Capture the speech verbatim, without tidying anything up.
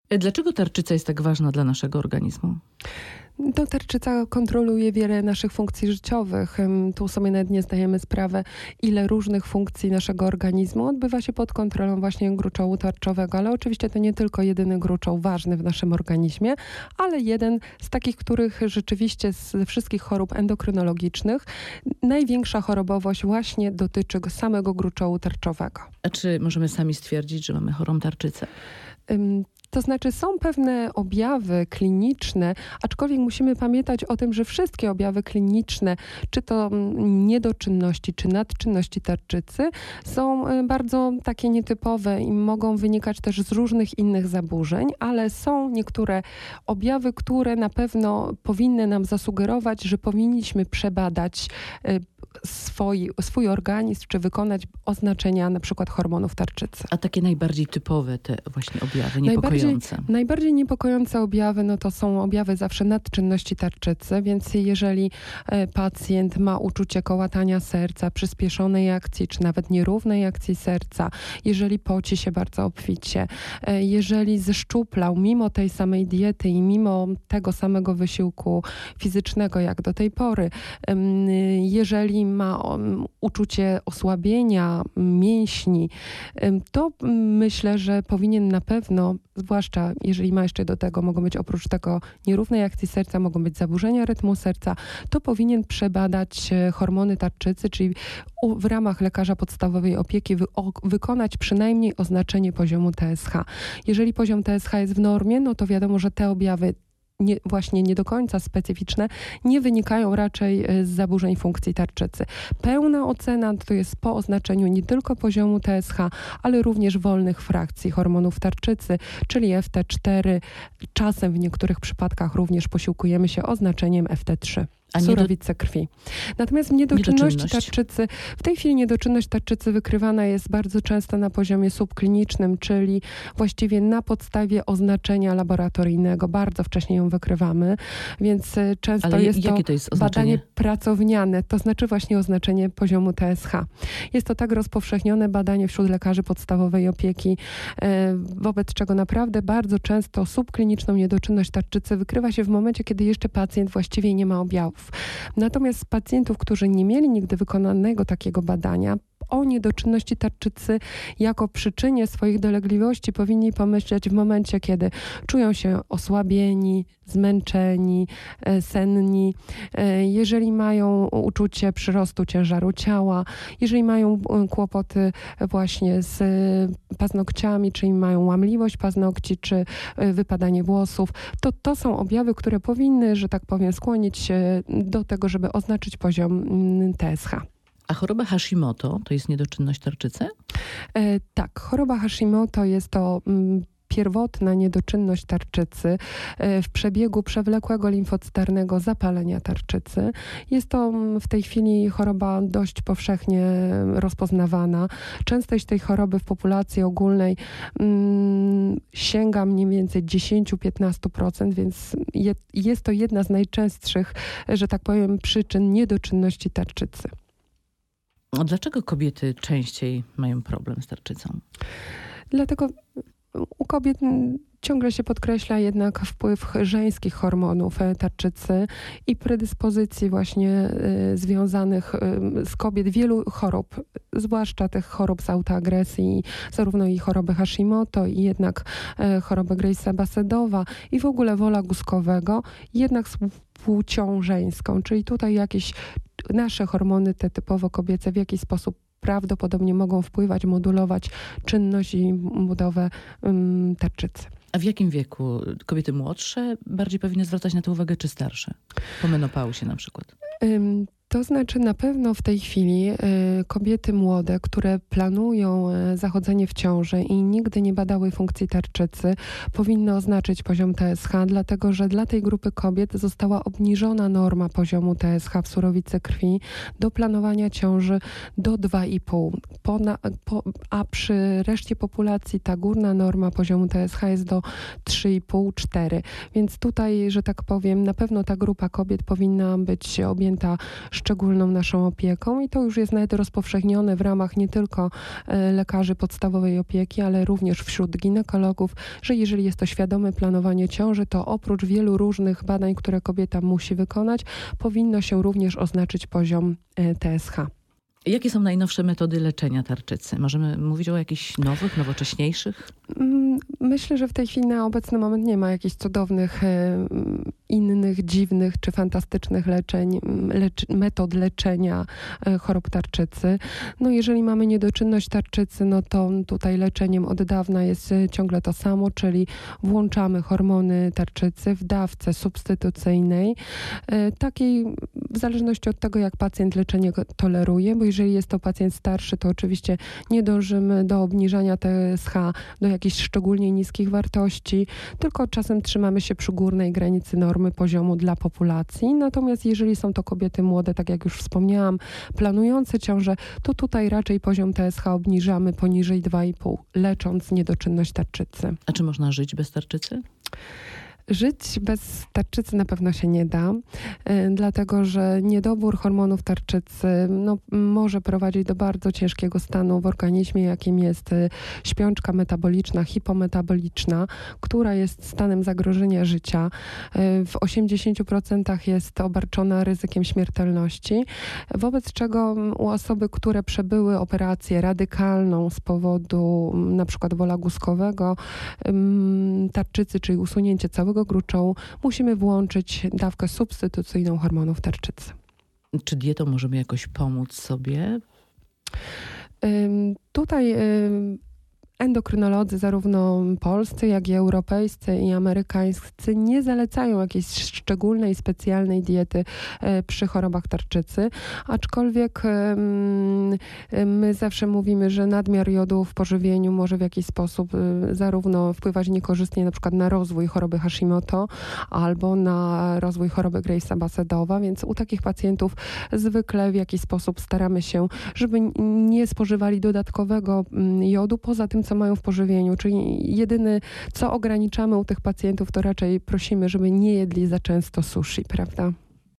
Dlaczego tarczyca jest tak ważna dla naszego organizmu? No, tarczyca kontroluje wiele naszych funkcji życiowych. Tu sobie nawet nie zdajemy sprawy, ile różnych funkcji naszego organizmu odbywa się pod kontrolą właśnie gruczołu tarczowego. Ale oczywiście to nie tylko jedyny gruczoł ważny w naszym organizmie, ale jeden z takich, których rzeczywiście z wszystkich chorób endokrynologicznych największa chorobowość właśnie dotyczy samego gruczołu tarczowego. A czy możemy sami stwierdzić, że mamy chorą tarczycę? Um, To znaczy są pewne objawy kliniczne, aczkolwiek musimy pamiętać o tym, że wszystkie objawy kliniczne, czy to niedoczynności, czy nadczynności tarczycy, są bardzo takie nietypowe i mogą wynikać też z różnych innych zaburzeń, ale są niektóre objawy, które na pewno powinny nam zasugerować, że powinniśmy przebadać swój, swój organizm, czy wykonać oznaczenia na przykład hormonów tarczycy. A takie najbardziej typowe te właśnie objawy, niepokojące? Najbardziej, najbardziej niepokojące objawy, no to są objawy zawsze nadczynności tarczycy, więc jeżeli e, pacjent ma uczucie kołatania serca, przyspieszonej akcji, czy nawet nierównej akcji serca, jeżeli poci się bardzo obficie, e, jeżeli zeszczuplał mimo tej samej diety i mimo tego samego wysiłku fizycznego jak do tej pory, e, jeżeli ma um, uczucie osłabienia mięśni, e, to myślę, że powinien na pewno, zwłaszcza jeżeli ma jeszcze do tego, mogą być oprócz tego nierównej akcji serca, mogą być zaburzenia rytmu serca, to powinien przebadać hormony tarczycy, czyli u, w ramach lekarza podstawowej opieki wy, o, wykonać przynajmniej oznaczenie poziomu T S H. Jeżeli poziom T S H jest w normie, no to wiadomo, że te objawy Nie, właśnie nie do końca specyficzne, nie wynikają raczej z zaburzeń funkcji tarczycy. Pełna ocena to jest po oznaczeniu nie tylko poziomu T S H, ale również wolnych frakcji hormonów tarczycy, czyli F T cztery. Czasem w niektórych przypadkach również posiłkujemy się oznaczeniem F T trzy. A Surowice krwi. Natomiast w niedoczynności niedoczynność. tarczycy, w tej chwili niedoczynność tarczycy wykrywana jest bardzo często na poziomie subklinicznym, czyli właściwie na podstawie oznaczenia laboratoryjnego. Bardzo wcześnie ją wykrywamy, więc często Ale jest to, to jest badanie pracowniane, to znaczy właśnie oznaczenie poziomu T S H. Jest to tak rozpowszechnione badanie wśród lekarzy podstawowej opieki, wobec czego naprawdę bardzo często subkliniczną niedoczynność tarczycy wykrywa się w momencie, kiedy jeszcze pacjent właściwie nie ma objawów. Natomiast z pacjentów, którzy nie mieli nigdy wykonanego takiego badania, o niedoczynności tarczycy jako przyczynie swoich dolegliwości powinni pomyśleć w momencie, kiedy czują się osłabieni, zmęczeni, senni, jeżeli mają uczucie przyrostu ciężaru ciała, jeżeli mają kłopoty właśnie z paznokciami, czyli mają łamliwość paznokci, czy wypadanie włosów, to to są objawy, które powinny, że tak powiem, skłonić się do tego, żeby oznaczyć poziom T S H. A choroba Hashimoto to jest niedoczynność tarczycy? E, tak, choroba Hashimoto jest to mm, pierwotna niedoczynność tarczycy e, w przebiegu przewlekłego limfocytarnego zapalenia tarczycy. Jest to w tej chwili choroba dość powszechnie rozpoznawana. Częstość tej choroby w populacji ogólnej mm, sięga mniej więcej dziesięć do piętnastu procent, więc je, jest to jedna z najczęstszych, że tak powiem, przyczyn niedoczynności tarczycy. A dlaczego kobiety częściej mają problem z tarczycą? Dlatego u kobiet ciągle się podkreśla jednak wpływ żeńskich hormonów tarczycy i predyspozycji właśnie y, związanych y, z kobiet wielu chorób, zwłaszcza tych chorób z autoagresji, zarówno i choroby Hashimoto, i jednak y, choroby Grace'a-Basedowa i w ogóle wola guzkowego, jednak z płcią żeńską, czyli tutaj jakieś nasze hormony, te typowo kobiece, w jakiś sposób prawdopodobnie mogą wpływać, modulować czynność i budowę um, tarczycy. A w jakim wieku? Kobiety młodsze bardziej powinny zwracać na to uwagę, czy starsze? Po menopauzie na przykład. Um, To znaczy na pewno w tej chwili y, kobiety młode, które planują y, zachodzenie w ciąży i nigdy nie badały funkcji tarczycy, powinny oznaczyć poziom T S H, dlatego że dla tej grupy kobiet została obniżona norma poziomu T S H w surowicy krwi do planowania ciąży do dwa i pół. Po na, po, a przy reszcie populacji ta górna norma poziomu T S H jest do trzy i pół do czterech. Więc tutaj, że tak powiem, na pewno ta grupa kobiet powinna być objęta szczególną naszą opieką i to już jest nawet rozpowszechnione w ramach nie tylko lekarzy podstawowej opieki, ale również wśród ginekologów, że jeżeli jest to świadome planowanie ciąży, to oprócz wielu różnych badań, które kobieta musi wykonać, powinno się również oznaczyć poziom T S H. Jakie są najnowsze metody leczenia tarczycy? Możemy mówić o jakichś nowych, nowocześniejszych? Myślę, że w tej chwili na obecny moment nie ma jakichś cudownych, innych, dziwnych czy fantastycznych leczeń, lecz, metod leczenia chorób tarczycy. No jeżeli mamy niedoczynność tarczycy, no to tutaj leczeniem od dawna jest ciągle to samo, czyli włączamy hormony tarczycy w dawce substytucyjnej, takiej w zależności od tego, jak pacjent leczenie toleruje, bo jeżeli jest to pacjent starszy, to oczywiście nie dążymy do obniżania T S H do jakichś szczególnie niskich wartości, tylko czasem trzymamy się przy górnej granicy normy poziomu dla populacji. Natomiast jeżeli są to kobiety młode, tak jak już wspomniałam, planujące ciążę, to tutaj raczej poziom T S H obniżamy poniżej dwa i pół, lecząc niedoczynność tarczycy. A czy można żyć bez tarczycy? Żyć bez tarczycy na pewno się nie da, dlatego że niedobór hormonów tarczycy no, może prowadzić do bardzo ciężkiego stanu w organizmie, jakim jest śpiączka metaboliczna, hipometaboliczna, która jest stanem zagrożenia życia. W osiemdziesięciu procentach jest obarczona ryzykiem śmiertelności, wobec czego u osoby, które przebyły operację radykalną z powodu na przykład wola guzkowego, tarczycy, czyli usunięcie całego gruczołu, musimy włączyć dawkę substytucyjną hormonów tarczycy. Czy dietą możemy jakoś pomóc sobie? Ym, tutaj ym, endokrynolodzy, zarówno polscy, jak i europejscy i amerykańscy, nie zalecają jakiejś szczególnej, specjalnej diety e, przy chorobach tarczycy, aczkolwiek e, my zawsze mówimy, że nadmiar jodu w pożywieniu może w jakiś sposób e, zarówno wpływać niekorzystnie na przykład na rozwój choroby Hashimoto albo na rozwój choroby Grace'a-Basedowa, więc u takich pacjentów zwykle w jakiś sposób staramy się, żeby nie spożywali dodatkowego jodu, poza tym, co mają w pożywieniu, czyli jedyne, co ograniczamy u tych pacjentów, to raczej prosimy, żeby nie jedli za często sushi, prawda?